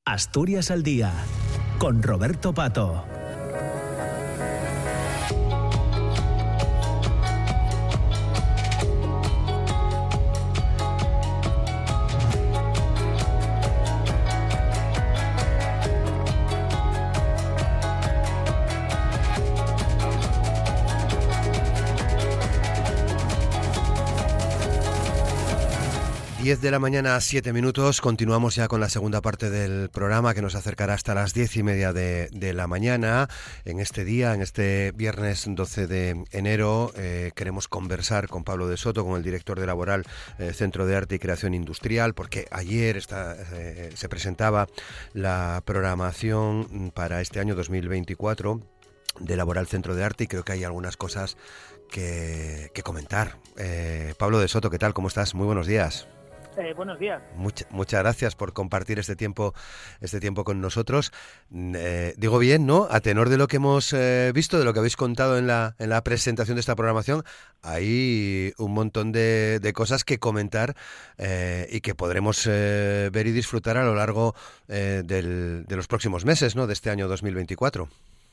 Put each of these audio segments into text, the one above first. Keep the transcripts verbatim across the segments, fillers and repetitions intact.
Asturias al día, con Roberto Pato. diez de la mañana, siete minutos. Continuamos ya con la segunda parte del programa que nos acercará hasta las diez y media de, de la mañana. En este día, en este viernes doce de enero, eh, queremos conversar con Pablo de Soto, con el director de Laboral eh, Centro de Arte y Creación Industrial, porque ayer está, eh, se presentaba la programación para este año dos mil veinticuatro de Laboral Centro de Arte y creo que hay algunas cosas que, que comentar. Eh, Pablo de Soto, ¿qué tal? ¿Cómo estás? Muy buenos días. Eh, buenos días. Mucha, muchas gracias por compartir este tiempo este tiempo con nosotros. Eh, digo bien, ¿no? A tenor de lo que hemos eh, visto, de lo que habéis contado en la en la presentación de esta programación, hay un montón de, de cosas que comentar eh, y que podremos eh, ver y disfrutar a lo largo eh, del, de los próximos meses, ¿no? De este año dos mil veinticuatro.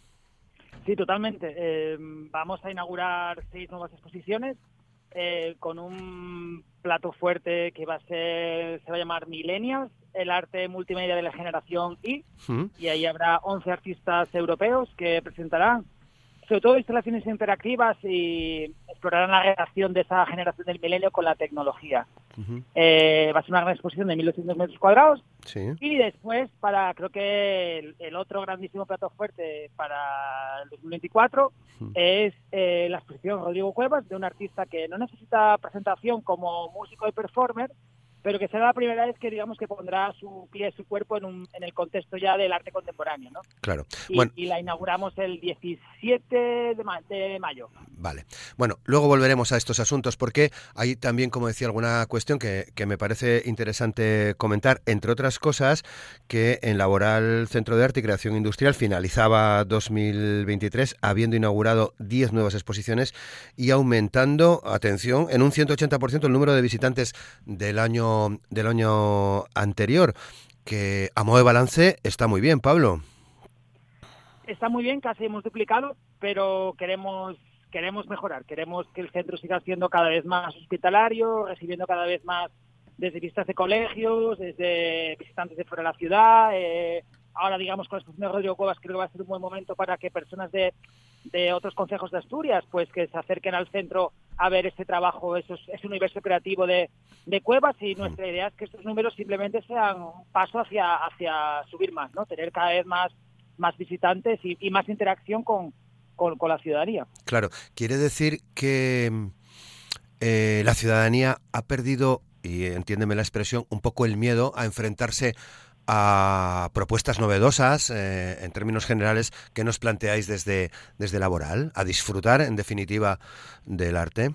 Sí, totalmente. Eh, vamos a inaugurar seis nuevas exposiciones eh, con un plato fuerte que va a ser, se va a llamar Millennials, el arte multimedia de la generación Y, ¿Mm? Y ahí habrá once artistas europeos que presentarán sobre todo instalaciones interactivas y explorarán la relación de esa generación del milenio con la tecnología. Uh-huh. Eh, va a ser una gran exposición de mil doscientos metros cuadrados. Sí. Y después, para creo que el, el otro grandísimo plato fuerte para el dos mil veinticuatro uh-huh. es eh, la exposición Rodrigo Cuevas, de un artista que no necesita presentación como músico y performer, pero que será la primera vez que digamos que pondrá su pie, su cuerpo en, un, en el contexto ya del arte contemporáneo, ¿no? Claro. Y, bueno. y la inauguramos el diecisiete de, ma- de mayo. Vale. Bueno, luego volveremos a estos asuntos porque hay también, como decía, alguna cuestión que, que me parece interesante comentar, entre otras cosas, que en Laboral Centro de Arte y Creación Industrial finalizaba dos mil veintitrés habiendo inaugurado diez nuevas exposiciones y aumentando, atención, en un ciento ochenta por ciento el número de visitantes del año del año anterior, que a modo de balance está muy bien, Pablo. Está muy bien, casi hemos duplicado, pero queremos queremos mejorar, queremos que el centro siga siendo cada vez más hospitalario, recibiendo cada vez más desde visitas de colegios, desde visitantes de fuera de la ciudad. Eh, ahora, digamos, con la exposición de Rodrigo Cuevas, creo que va a ser un buen momento para que personas de, de otros concejos de Asturias, pues que se acerquen al centro a ver este trabajo, esos, ese universo creativo de, de Cuevas, y nuestra idea es que estos números simplemente sean un paso hacia, hacia subir más, ¿no? Tener cada vez más, más visitantes y, y más interacción con, con, con la ciudadanía. Claro, quiere decir que eh, la ciudadanía ha perdido, y entiéndeme la expresión, un poco el miedo a enfrentarse a propuestas novedosas, eh, en términos generales, que nos planteáis desde, desde Laboral, a disfrutar, en definitiva, del arte.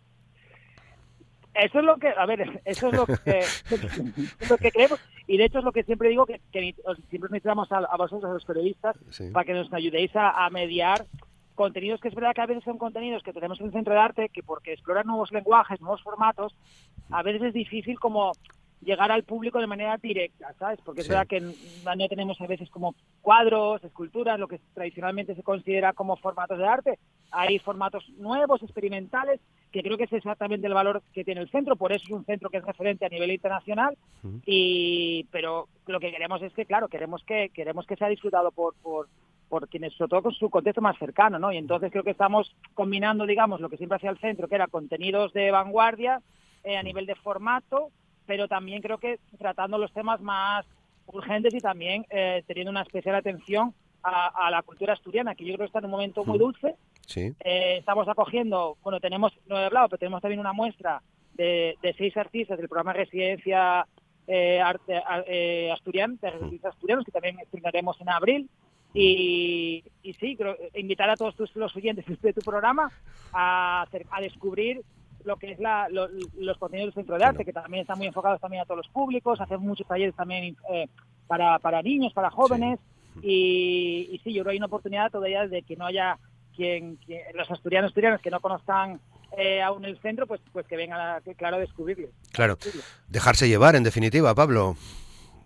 Eso es lo que, a ver, eso es lo que, es lo que creemos, y de hecho es lo que siempre digo, que, que siempre necesitamos a, a vosotros, a los periodistas, sí, para que nos ayudéis a, a mediar contenidos que es verdad que a veces son contenidos que tenemos en el Centro de Arte, que porque exploran nuevos lenguajes, nuevos formatos, a veces es difícil como llegar al público de manera directa, ¿sabes? Porque es sí. verdad que no tenemos a veces como cuadros, esculturas, lo que tradicionalmente se considera como formatos de arte. Hay formatos nuevos, experimentales, que creo que es exactamente el valor que tiene el centro, por eso es un centro que es referente a nivel internacional, uh-huh. y pero lo que queremos es que, claro, queremos que queremos que sea disfrutado por, por, por quienes, sobre todo con su contexto más cercano, ¿no? Y entonces creo que estamos combinando, digamos, lo que siempre hacía el centro, que era contenidos de vanguardia eh, a nivel de formato, pero también creo que tratando los temas más urgentes y también eh, teniendo una especial atención a, a la cultura asturiana, que yo creo que está en un momento muy dulce. Sí. Eh, estamos acogiendo, bueno, tenemos, no he hablado, pero tenemos también una muestra de, de seis artistas del programa Residencia eh, arte, eh, Asturian, de artistas asturianos, que también estrenaremos en abril. Y, y sí, creo, invitar a todos tus, los oyentes de tu programa a, hacer, a descubrir lo que es la, lo, los contenidos del Centro de Arte, que también están muy enfocados también a todos los públicos, hacemos muchos talleres también eh, para, para niños, para jóvenes, sí. y, y sí, yo creo que hay una oportunidad todavía de que no haya quien, quien los asturianos asturianos que no conozcan eh, aún el centro, pues pues que vengan a, claro, a descubrirlo. Claro, dejarse llevar, en definitiva, Pablo.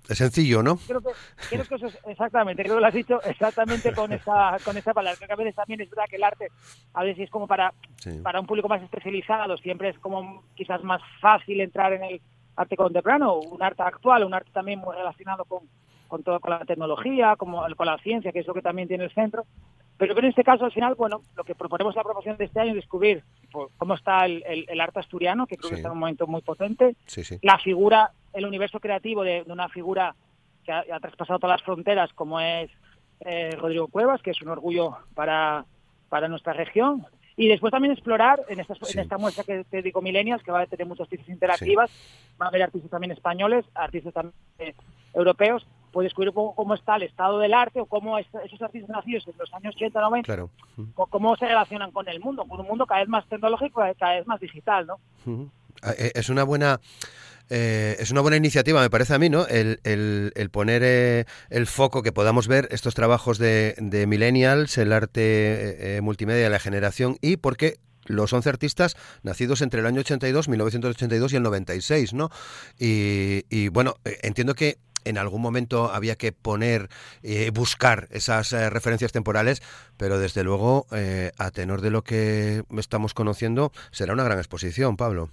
Es sencillo, ¿no? Creo que, creo que eso es exactamente, creo que lo has dicho exactamente con esa, con esa palabra. Creo que a veces también es verdad que el arte, a veces es como para, sí. para un público más especializado, siempre es como quizás más fácil entrar en el arte contemporáneo, un arte actual, un arte también muy relacionado con, con todo, con la tecnología, como con la ciencia, que es lo que también tiene el centro. Pero en este caso, al final, bueno, lo que proponemos en la promoción de este año es descubrir pues, cómo está el, el, el arte asturiano, que creo sí. que está en un momento muy potente, sí, sí. la figura, el universo creativo de, de una figura que ha, ha traspasado todas las fronteras, como es eh, Rodrigo Cuevas, que es un orgullo para, para nuestra región. Y después también explorar, en esta, sí. en esta muestra que te digo Millennials, que va a tener muchas piezas interactivas, sí. va a haber artistas también españoles, artistas también eh, europeos, pues descubrir un poco cómo está el estado del arte o cómo es, esos artistas nacidos en los años ochenta, noventa, claro. uh-huh. cómo se relacionan con el mundo, con un mundo cada vez más tecnológico, cada vez más digital, ¿no? Uh-huh. Es una buena... Eh, es una buena iniciativa, me parece a mí, ¿no? El, el, el poner eh, el foco, que podamos ver estos trabajos de, de Millennials, el arte eh, multimedia de la generación, y porque los once artistas nacidos entre el año ochenta y dos, mil novecientos ochenta y dos y el noventa y seis, ¿no? Y, y bueno, entiendo que en algún momento había que poner, eh, buscar esas eh, referencias temporales, pero desde luego, eh, a tenor de lo que estamos conociendo, será una gran exposición, Pablo.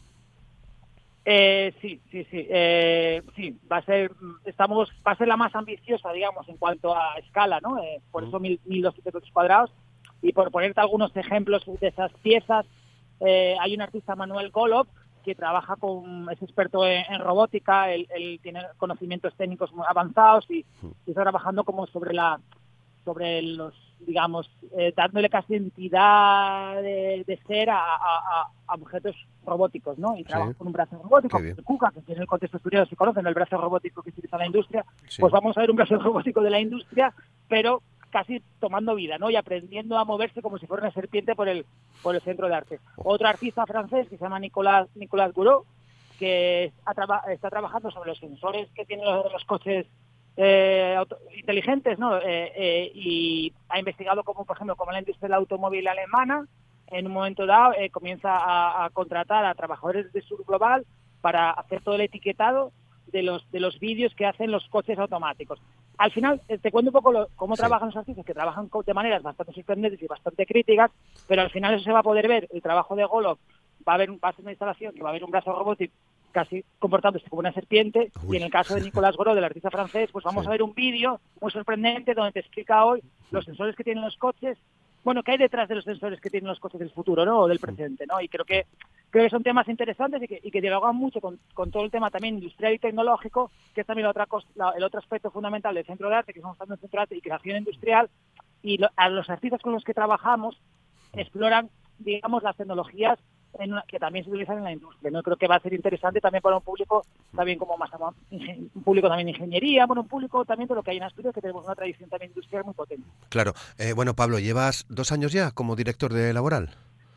Eh, sí, sí, sí, eh, sí, va a ser, estamos, va a ser la más ambiciosa, digamos, en cuanto a escala, ¿no? Eh, por eso mil doscientos metros cuadrados, y por ponerte algunos ejemplos de esas piezas, eh, hay un artista, Manuel Golob, que trabaja con, es experto en, en robótica, él, él tiene conocimientos técnicos muy avanzados y, y está trabajando como sobre la, sobre los, digamos, eh, dándole casi entidad de, de ser a, a, a objetos robóticos, ¿no? Y trabaja sí. con un brazo robótico, el Kuka, que tiene el contexto asturiano, se conocen, el brazo robótico que se utiliza en la industria, sí. pues vamos a ver un brazo robótico de la industria, pero casi tomando vida, ¿no? Y aprendiendo a moverse como si fuera una serpiente por el por el centro de arte. Otro artista francés que se llama Nicolas Nicolas Gouraud, que está, traba, está trabajando sobre los sensores que tienen los, los coches eh, auto, inteligentes, ¿no? Eh, eh, y ha investigado como, por ejemplo, como la industria del automóvil alemana, en un momento dado eh, comienza a, a contratar a trabajadores de Sur Global para hacer todo el etiquetado de los de los vídeos que hacen los coches automáticos. Al final, te cuento un poco lo, cómo sí. trabajan los artistas, que trabajan de maneras bastante sorprendentes y bastante críticas, pero al final eso se va a poder ver. El trabajo de Golob va a haber va a ser una instalación que va a haber un brazo robótico casi comportándose como una serpiente. Uy. Y en el caso de Nicolas Gouraud, del artista francés, pues vamos sí. a ver un vídeo muy sorprendente donde te explica hoy los sensores que tienen los coches, bueno, qué hay detrás de los sensores que tienen los coches del futuro, ¿no? O del presente, ¿no? Y creo que creo que son temas interesantes y que, y que dialogan mucho con, con todo el tema también industrial y tecnológico, que es también la otra cosa, la, el otro aspecto fundamental del Centro de Arte, que estamos hablando del Centro de Arte y creación industrial, y lo, a los artistas con los que trabajamos exploran, digamos, las tecnologías en una, que también se utilizan en la industria, ¿no? Creo que va a ser interesante también para un público, también como más un público también de ingeniería, bueno, un público también de lo que hay en Asturias, que tenemos una tradición también industrial muy potente. Claro. Eh, bueno, Pablo, ¿llevas dos años ya como director de Laboral?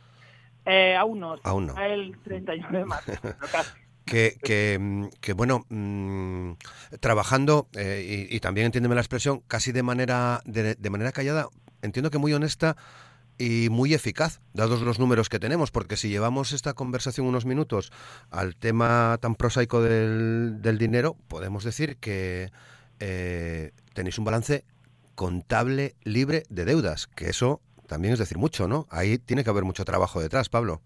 Eh, aún no. Aún no. El treinta y nueve de marzo, casi. Que, que, que, bueno, mmm, trabajando, eh, y, y también entiéndeme la expresión, casi de manera, de, de manera callada, entiendo que muy honesta y muy eficaz, dados los números que tenemos, porque si llevamos esta conversación unos minutos al tema tan prosaico del, del dinero, podemos decir que eh, tenéis un balance contable libre de deudas, que eso también es decir mucho, ¿no? Ahí tiene que haber mucho trabajo detrás, Pablo.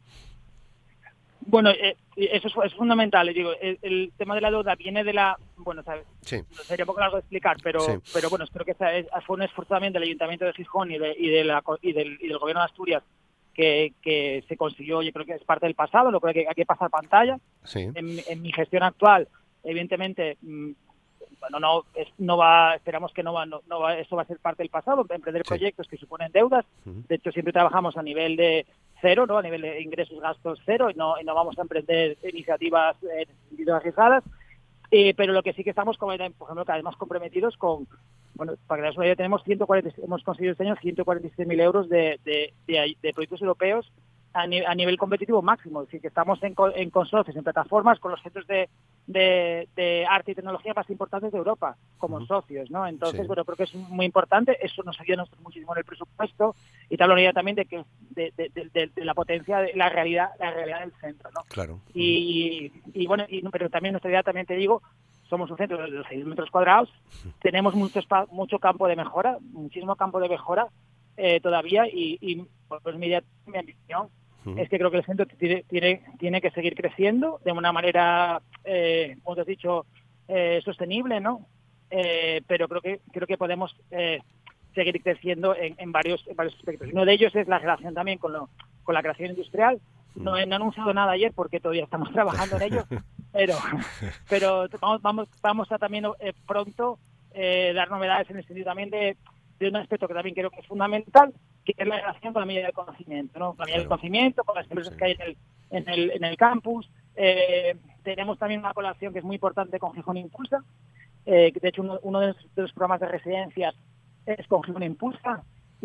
Bueno, eh, eso es, es fundamental. Les digo, el, el tema de la deuda viene de la, bueno, ¿sabes? Sí. Sería un poco largo de explicar, pero, sí. pero bueno, creo que fue un esfuerzo también del Ayuntamiento de Gijón y, de, y, de la, y, del, y del Gobierno de Asturias que, que se consiguió. Yo creo que es parte del pasado, lo creo que hay que pasar pantalla. Sí. En, en mi gestión actual, evidentemente, bueno, no, es, no va, esperamos que no va, no, no va, eso va a ser parte del pasado, emprender sí. proyectos que suponen deudas. Uh-huh. De hecho, siempre trabajamos a nivel de cero, ¿no? A nivel de ingresos, gastos cero, y no, y no vamos a emprender iniciativas en sentido arriesgadas. Eh, pero lo que sí que estamos, como, por ejemplo, cada vez más comprometidos con, bueno, para que la idea, tenemos ciento cuarenta, hemos conseguido este año ciento cuarenta y seis mil euros de, de, de, de proyectos europeos a, ni, a nivel competitivo máximo. Es decir, que estamos en, en consorcios, en plataformas con los centros de, de, de arte y tecnología más importantes de Europa, como uh-huh. socios, ¿no? Entonces, sí. bueno, creo que es muy importante. Eso nos ayuda muchísimo en el presupuesto y te hablo una idea también de que de, de, de, de, de la potencia, de la realidad, la realidad del centro, ¿no? Claro. Y, y bueno, y, pero también nuestra idea, también te digo, somos un centro de los seis metros cuadrados, tenemos mucho, mucho campo de mejora, muchísimo campo de mejora eh, todavía y, y pues mi, idea, mi ambición uh-huh. es que creo que el centro tiene, tiene, tiene que seguir creciendo de una manera, eh, como te has dicho, eh, sostenible, ¿no? Eh, pero creo que creo que podemos eh, seguir creciendo en, en varios en varios aspectos. Uno de ellos es la relación también con lo, con la creación industrial. No he, no he anunciado nada ayer porque todavía estamos trabajando en ello, pero pero vamos vamos vamos a también eh, pronto eh, dar novedades en el sentido también de, de un aspecto que también creo que es fundamental, que es la relación con la medida del conocimiento, ¿no? Con la medida del conocimiento, con las empresas sí. que hay en el en el, en el campus. Eh, tenemos también una colaboración que es muy importante con Gijón Impulsa. Eh, de hecho, uno, uno de, los, de los programas de residencias es con Gijón Impulsa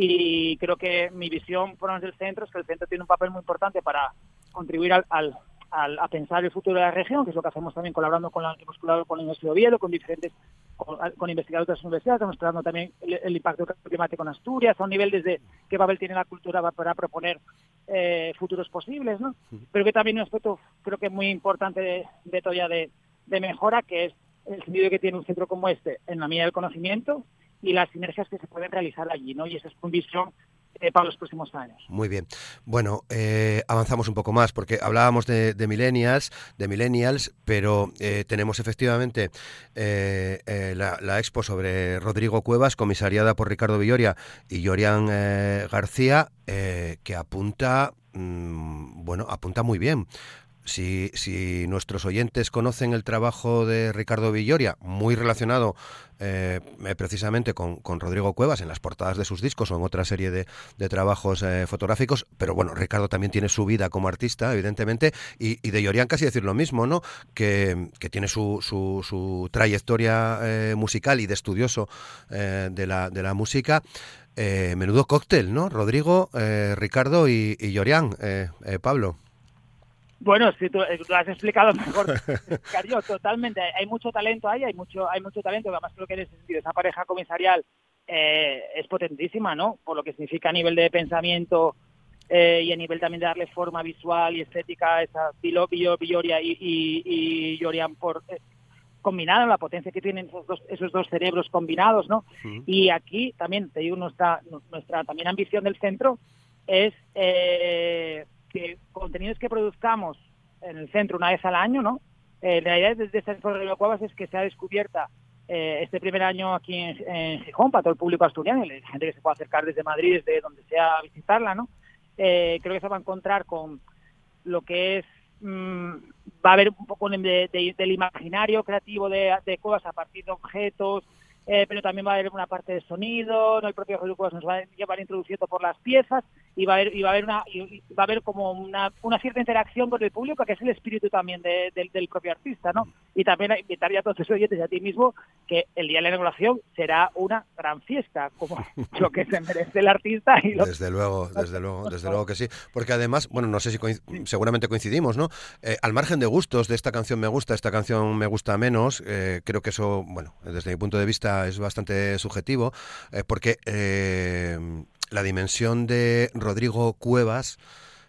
y creo que mi visión por del centro es que el centro tiene un papel muy importante para contribuir al, al, al, a pensar el futuro de la región, que es lo que hacemos también colaborando con la, hemos colaborado con la Universidad de Oviedo, con diferentes con, con investigadores de otras universidades, demostrando también el, el impacto climático en Asturias, a un nivel desde qué papel tiene la cultura para proponer eh, futuros posibles, ¿no? Pero que también un aspecto creo que muy importante de, de todavía de, de mejora, que es el sentido que tiene un centro como este en la medida del conocimiento y las sinergias que se pueden realizar allí, ¿no? Y esa es una visión eh, para los próximos años. Muy bien. Bueno, eh, avanzamos un poco más porque hablábamos de, de millennials, de millennials, pero eh, tenemos efectivamente eh, eh, la, la expo sobre Rodrigo Cuevas, comisariada por Ricardo Villoria y Llorian eh, García, eh, que apunta, mmm, bueno, apunta muy bien. Si, si nuestros oyentes conocen el trabajo de Ricardo Villoria, muy relacionado eh, precisamente con, con Rodrigo Cuevas en las portadas de sus discos o en otra serie de, de trabajos eh, fotográficos, pero bueno, Ricardo también tiene su vida como artista, evidentemente, y, y de Llorian casi decir lo mismo, ¿no? Que, que tiene su, su, su trayectoria eh, musical y de estudioso eh, de, la, de la música. Eh, menudo cóctel, ¿no? Rodrigo, eh, Ricardo y, y Llorian, eh, eh, Pablo. Bueno, si tú lo has explicado mejor, yo totalmente. Hay mucho talento ahí, hay mucho, hay mucho talento. Además, creo que en ese sentido esa pareja comisarial eh, es potentísima, ¿no? Por lo que significa a nivel de pensamiento eh, y a nivel también de darle forma visual y estética a esa Villoria y, y, y Llorian por eh, combinada, la potencia que tienen esos dos, esos dos cerebros combinados, ¿no? Uh-huh. Y aquí también te digo nuestra nuestra también ambición del centro es eh, que contenidos que produzcamos en el centro una vez al año, ¿no? Eh, la idea desde este centro de Cuevas es que sea descubierta eh, este primer año aquí en, en Gijón para todo el público asturiano y la gente que se pueda acercar desde Madrid, desde donde sea a visitarla, ¿no? Eh, creo que se va a encontrar con lo que es mmm, va a haber un poco de, de, del imaginario creativo de, de Cuevas a partir de objetos, eh, pero también va a haber una parte de sonido, ¿no? El propio Rodrigo Cuevas nos va a llevar introduciendo por las piezas y va a haber y va a haber una y va a haber como una, una cierta interacción con el público, que es el espíritu también de, de, del propio artista, ¿no? Y también a invitar a todos los oyentes y a ti mismo que el día de la inauguración será una gran fiesta, como lo que se merece el artista. Y lo... Desde luego, desde luego, desde luego que sí, porque además, bueno, no sé si coinc- seguramente coincidimos, ¿no? Eh, al margen de gustos, de esta canción me gusta, esta canción me gusta menos, eh, creo que eso, bueno, desde mi punto de vista es bastante subjetivo, eh, porque eh, la dimensión de Rodrigo Cuevas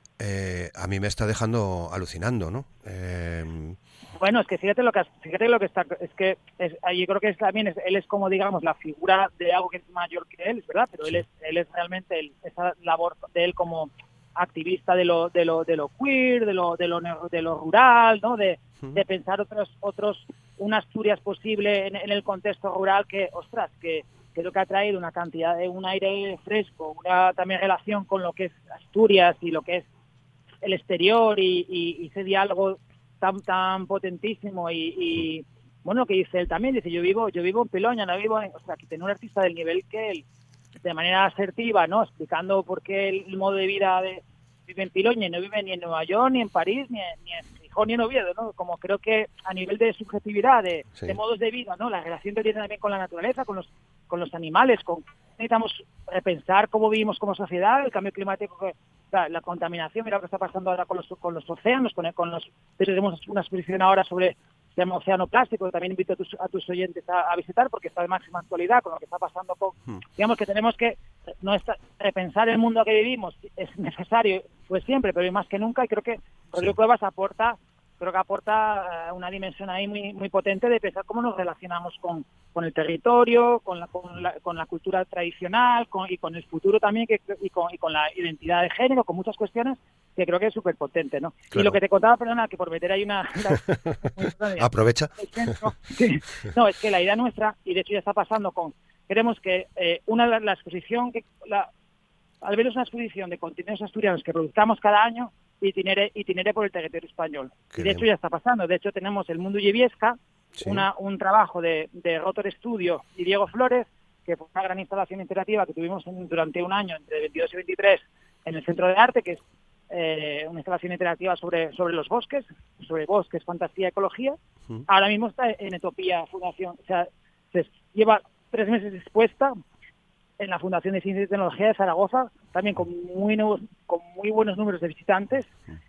eh, a mí me está dejando alucinando, ¿no? Eh, bueno, es que fíjate lo que fíjate lo que está, es que es, yo creo que es también es, él es como digamos la figura de algo que es mayor que él, es verdad, pero sí. él es él es realmente el, esa labor de él como activista de lo de lo de lo queer, de lo de lo de lo rural, ¿no? De, uh-huh. de pensar otros otros una Asturias posible en, en el contexto rural que, ostras, que que es lo que ha traído una cantidad de un aire fresco, una también relación con lo que es Asturias y lo que es el exterior y, y, y ese diálogo tan tan potentísimo y, y bueno, que dice él también, dice yo vivo yo vivo en Piloña, no vivo en, o sea, que tener un artista del nivel que él, de manera asertiva, ¿no? Explicando por qué el, el modo de vida de vive en Piloña y no vive ni en Nueva York, ni en París, ni en, ni en Gijón, ni en Oviedo, ¿no? Como creo que a nivel de subjetividad, de, sí. de modos de vida, ¿no? La relación que tiene también con la naturaleza, con los con los animales, con necesitamos repensar cómo vivimos como sociedad, el cambio climático, que, la, la contaminación, mira lo que está pasando ahora con los con los océanos, con, con los tenemos una exposición ahora sobre el tema océano plástico, también invito a tus, a tus oyentes a, a visitar porque está de máxima actualidad con lo que está pasando con, hmm. digamos que tenemos que no está, repensar el mundo que vivimos, es necesario pues siempre, pero más que nunca, y creo que Rodrigo sí. Cuevas aporta creo que aporta una dimensión ahí muy muy potente de pensar cómo nos relacionamos con, con el territorio, con la, con la, con la cultura tradicional con, y con el futuro también, que, y, con, y con la identidad de género, con muchas cuestiones que creo que es súper potente, ¿no? Claro. Y lo que te contaba, perdona, que por meter ahí una... una Aprovecha. Es que, no, sí, no, es que la idea nuestra, y de hecho ya está pasando con... Queremos que eh, una la, la exposición, que la, al menos una exposición de contenidos asturianos que produzcamos cada año, itinere, itinere por el territorio español. Qué y de bien. Hecho ya está pasando. De hecho tenemos el Mundo Lliviesca, sí. una, un trabajo de, de Rotor Studio y Diego Flores, que fue una gran instalación interactiva que tuvimos en, durante un año, entre veintidós y veintitrés, en el Centro de Arte, que es eh, una instalación interactiva sobre, sobre los bosques, sobre bosques, fantasía, ecología. Uh-huh. Ahora mismo está en Etopía Fundación. O sea, se lleva tres meses expuesta en la Fundación de Ciencia y Tecnología de Zaragoza, también con muy nuevos, con muy buenos números de visitantes.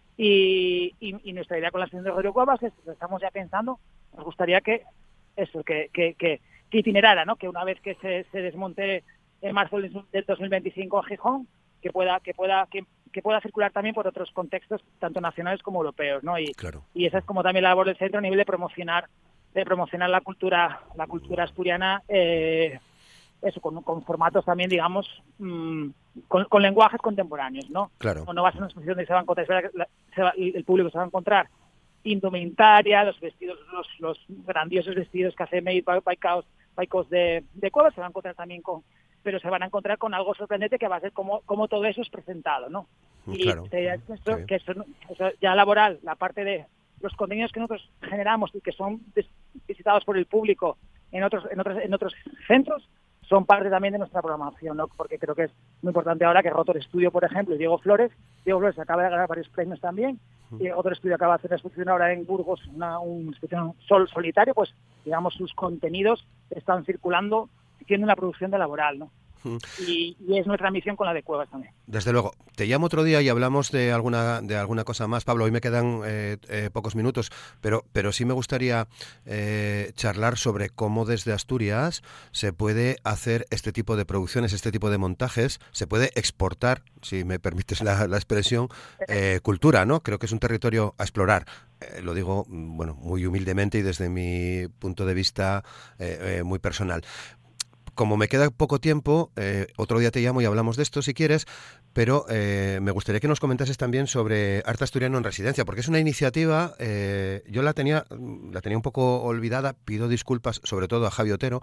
Y, y, y nuestra idea con la Asociación de Rodrigo Cuevas es que estamos ya pensando, nos gustaría que eso, que, que, que, que itinerara, ¿no? Que una vez que se, se desmonte en marzo del dos mil veinticinco a Gijón, que pueda, que pueda, que, que pueda circular también por otros contextos, tanto nacionales como europeos, ¿no? Y, claro. y esa es como también la labor del centro a nivel de promocionar, de promocionar la cultura, la cultura asturiana, eh, eso, con, con formatos también, digamos, mmm, con, con lenguajes contemporáneos, ¿no? Claro. No, no va a ser una exposición donde se va a encontrar, se va, el público se va a encontrar indumentaria, los vestidos, los, los grandiosos vestidos que hace Made by, by Caos, by Caos de, de Cuevas, se va a encontrar también con, pero se van a encontrar con algo sorprendente que va a ser como, como todo eso es presentado, ¿no? Y claro. que esto, que eso, eso ya laboral, la parte de los contenidos que nosotros generamos y que son visitados por el público en otros, en otros, en otros centros, son parte también de nuestra programación, ¿no? Porque creo que es muy importante ahora que Rotor Studio, por ejemplo, y Diego Flores, Diego Flores acaba de ganar varios premios también, y Rotor Studio acaba de hacer una exposición ahora en Burgos, una, una exposición Sol Solitario, pues digamos sus contenidos están circulando, siendo una producción de laboral, ¿no? Y, y es nuestra misión con la de Cuevas también. Desde luego. Te llamo otro día y hablamos de alguna de alguna cosa más, Pablo. Hoy me quedan eh, eh, pocos minutos, pero pero sí me gustaría eh, charlar sobre cómo desde Asturias se puede hacer este tipo de producciones, este tipo de montajes, se puede exportar, si me permites la, la expresión, eh, cultura, ¿no? Creo que es un territorio a explorar. Eh, lo digo, bueno, muy humildemente y desde mi punto de vista eh, eh, muy personal. Como me queda poco tiempo, eh, otro día te llamo y hablamos de esto si quieres, pero eh, me gustaría que nos comentases también sobre Arte Asturiano en Residencia, porque es una iniciativa, eh, yo la tenía la tenía un poco olvidada, pido disculpas sobre todo a Javi Otero,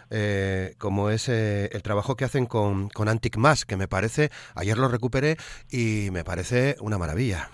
eh, como es eh, el trabajo que hacen con, con Antic Más, que me parece, ayer lo recuperé y me parece una maravilla.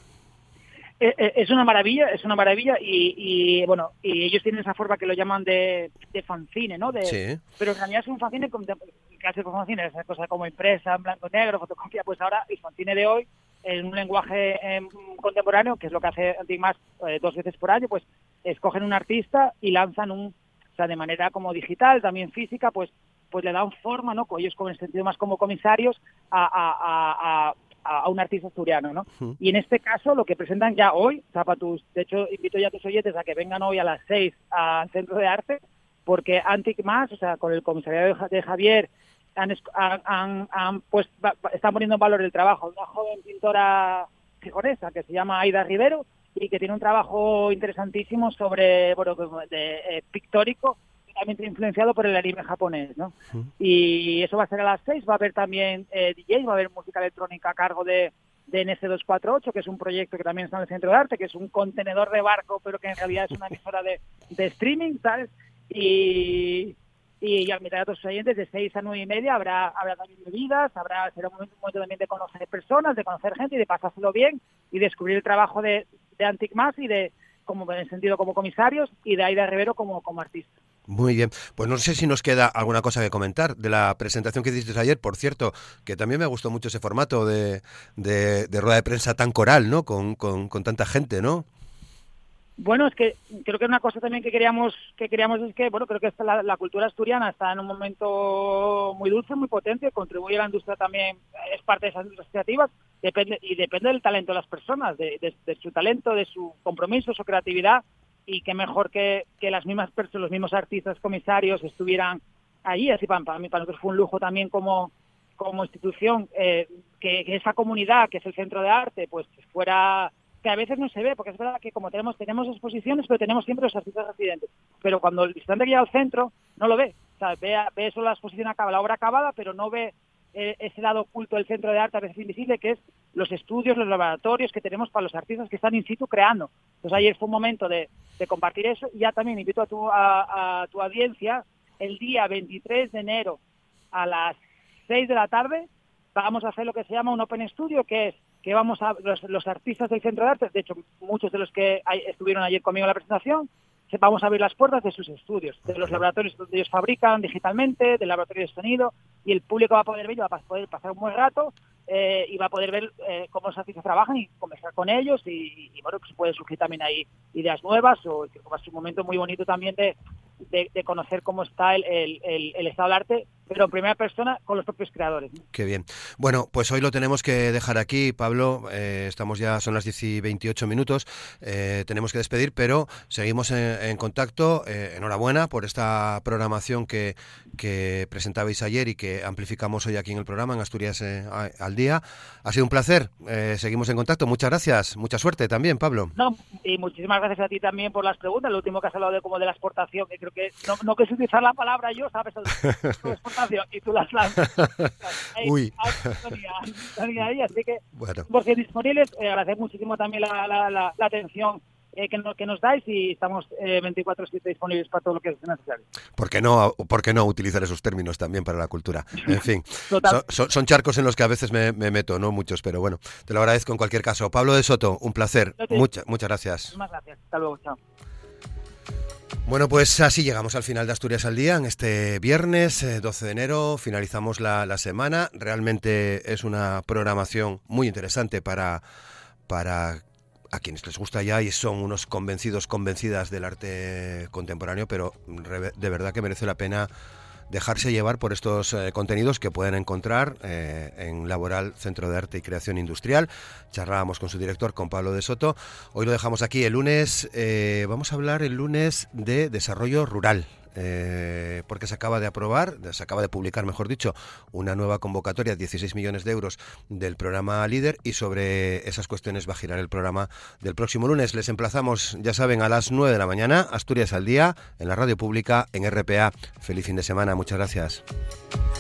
Es una maravilla, es una maravilla y, y bueno, y ellos tienen esa forma que lo llaman de, de fanzine, ¿no? De, sí. Pero en realidad es un fanzine que hace con fanzine, esa cosa como impresa, en blanco y negro, fotocopia, pues ahora el fanzine de hoy, en un lenguaje eh, contemporáneo, que es lo que hace Antic Más eh, dos veces por año, pues escogen un artista y lanzan un, o sea, de manera como digital, también física, pues pues le dan forma, ¿no? Ellos con el sentido más como comisarios a, a, a, a a un artista asturiano, ¿no? Uh-huh. Y en este caso lo que presentan ya hoy, Zapatus, de hecho invito ya a tus oyentes a que vengan hoy a las seis al Centro de Arte, porque Antic Más, o sea, con el comisariado de Javier, han, han, han pues están poniendo en valor el trabajo de una joven pintora gijonesa que se llama Aida Rivero y que tiene un trabajo interesantísimo sobre, bueno, de, eh, pictórico, totalmente influenciado por el anime japonés, ¿no? Uh-huh. Y eso va a ser a las seis, va a haber también eh, D Js, va a haber música electrónica a cargo de, de N S doscientos cuarenta y ocho, que es un proyecto que también está en el Centro de Arte, que es un contenedor de barco, pero que en realidad es una emisora de, de streaming, ¿sabes? Y, y, y a mitad de otros oyentes, de seis a nueve y media, habrá, habrá también bebidas, habrá, será un momento, un momento también de conocer personas, de conocer gente y de pasárselo bien y descubrir el trabajo de, de Antic Más y de, como en el sentido como comisarios, y de Aida Rivero como, como artista. Muy bien, pues no sé si nos queda alguna cosa que comentar de la presentación que hiciste ayer, por cierto, que también me gustó mucho ese formato de, de, de rueda de prensa tan coral, ¿no? Con, con, con tanta gente, ¿no? Bueno, es que creo que una cosa también que queríamos que queríamos es que, bueno, creo que esta, la, la cultura asturiana está en un momento muy dulce, muy potente, contribuye a la industria también, es parte de esas industrias creativas, depende y depende del talento de las personas, de, de, de su talento, de su compromiso, su creatividad, y qué mejor que, que las mismas personas, los mismos artistas comisarios estuvieran allí. Así para, para mí, para nosotros fue un lujo también como, como institución, eh, que, que esa comunidad, que es el Centro de Arte, pues fuera que a veces no se ve, porque es verdad que como tenemos tenemos exposiciones, pero tenemos siempre los artistas residentes. Pero cuando el visitante llega al centro, no lo ve. O sea, ve, ve solo la exposición acabada, la obra acabada, pero no ve eh, ese lado oculto del centro de arte, a veces invisible, que es los estudios, los laboratorios que tenemos para los artistas que están in situ creando. Entonces ayer fue un momento de, de compartir eso, y ya también invito a tu, a, a tu audiencia, el día veintitrés de enero a las seis de la tarde, vamos a hacer lo que se llama un Open Studio, que es que vamos a los, los artistas del Centro de Arte, de hecho muchos de los que hay, estuvieron ayer conmigo en la presentación, vamos a abrir las puertas de sus estudios, de los laboratorios donde ellos fabrican digitalmente, del laboratorio de sonido, y el público va a poder ver, va a poder pasar un buen rato eh, y va a poder ver eh, cómo los artistas trabajan y conversar con ellos, y, y bueno, pues puede surgir también ahí ideas nuevas, o que va a ser un momento muy bonito también de, de, de conocer cómo está el, el, el, el estado del arte, pero en primera persona con los propios creadores. Qué bien. Bueno, pues hoy lo tenemos que dejar aquí, Pablo. Eh, estamos ya, son las diez y veintiocho minutos. Eh, tenemos que despedir, pero seguimos en, en contacto. Eh, enhorabuena por esta programación que, que presentabais ayer y que amplificamos hoy aquí en el programa, en Asturias eh, al Día. Ha sido un placer. Eh, seguimos en contacto. Muchas gracias. Mucha suerte también, Pablo. No, y muchísimas gracias a ti también por las preguntas. Lo último que has hablado de como de la exportación, que creo que no, no quieres utilizar la palabra yo, ¿sabes? Y tú las lanzas. Uy. Así que, bueno. Porque disponibles, eh, agradecer muchísimo también la, la, la, la atención eh, que, no, que nos dais, y estamos eh, veinticuatro siete disponibles para todo lo que es necesario. ¿Por qué no, por qué no utilizar esos términos también para la cultura? En fin, son, son, son charcos en los que a veces me, me meto, no muchos, pero bueno, te lo agradezco en cualquier caso. Pablo de Soto, un placer. Mucha, muchas gracias. Muchas gracias. Hasta luego. Chao. Bueno, pues así llegamos al final de Asturias al Día. En este viernes eh, doce de enero finalizamos la, la semana. Realmente es una programación muy interesante para, para a quienes les gusta ya y son unos convencidos, convencidas del arte contemporáneo, pero de verdad que merece la pena dejarse llevar por estos eh, contenidos que pueden encontrar eh, en Laboral, Centro de Arte y Creación Industrial. Charlábamos con su director, con Pablo de Soto. Hoy lo dejamos aquí. El lunes eh, vamos a hablar el lunes de desarrollo rural. Eh, porque se acaba de aprobar, se acaba de publicar, mejor dicho, una nueva convocatoria, dieciséis millones de euros del programa LEADER, y sobre esas cuestiones va a girar el programa del próximo lunes. Les emplazamos, ya saben, a las nueve de la mañana, Asturias al Día, en la radio pública, en R P A. Feliz fin de semana, muchas gracias.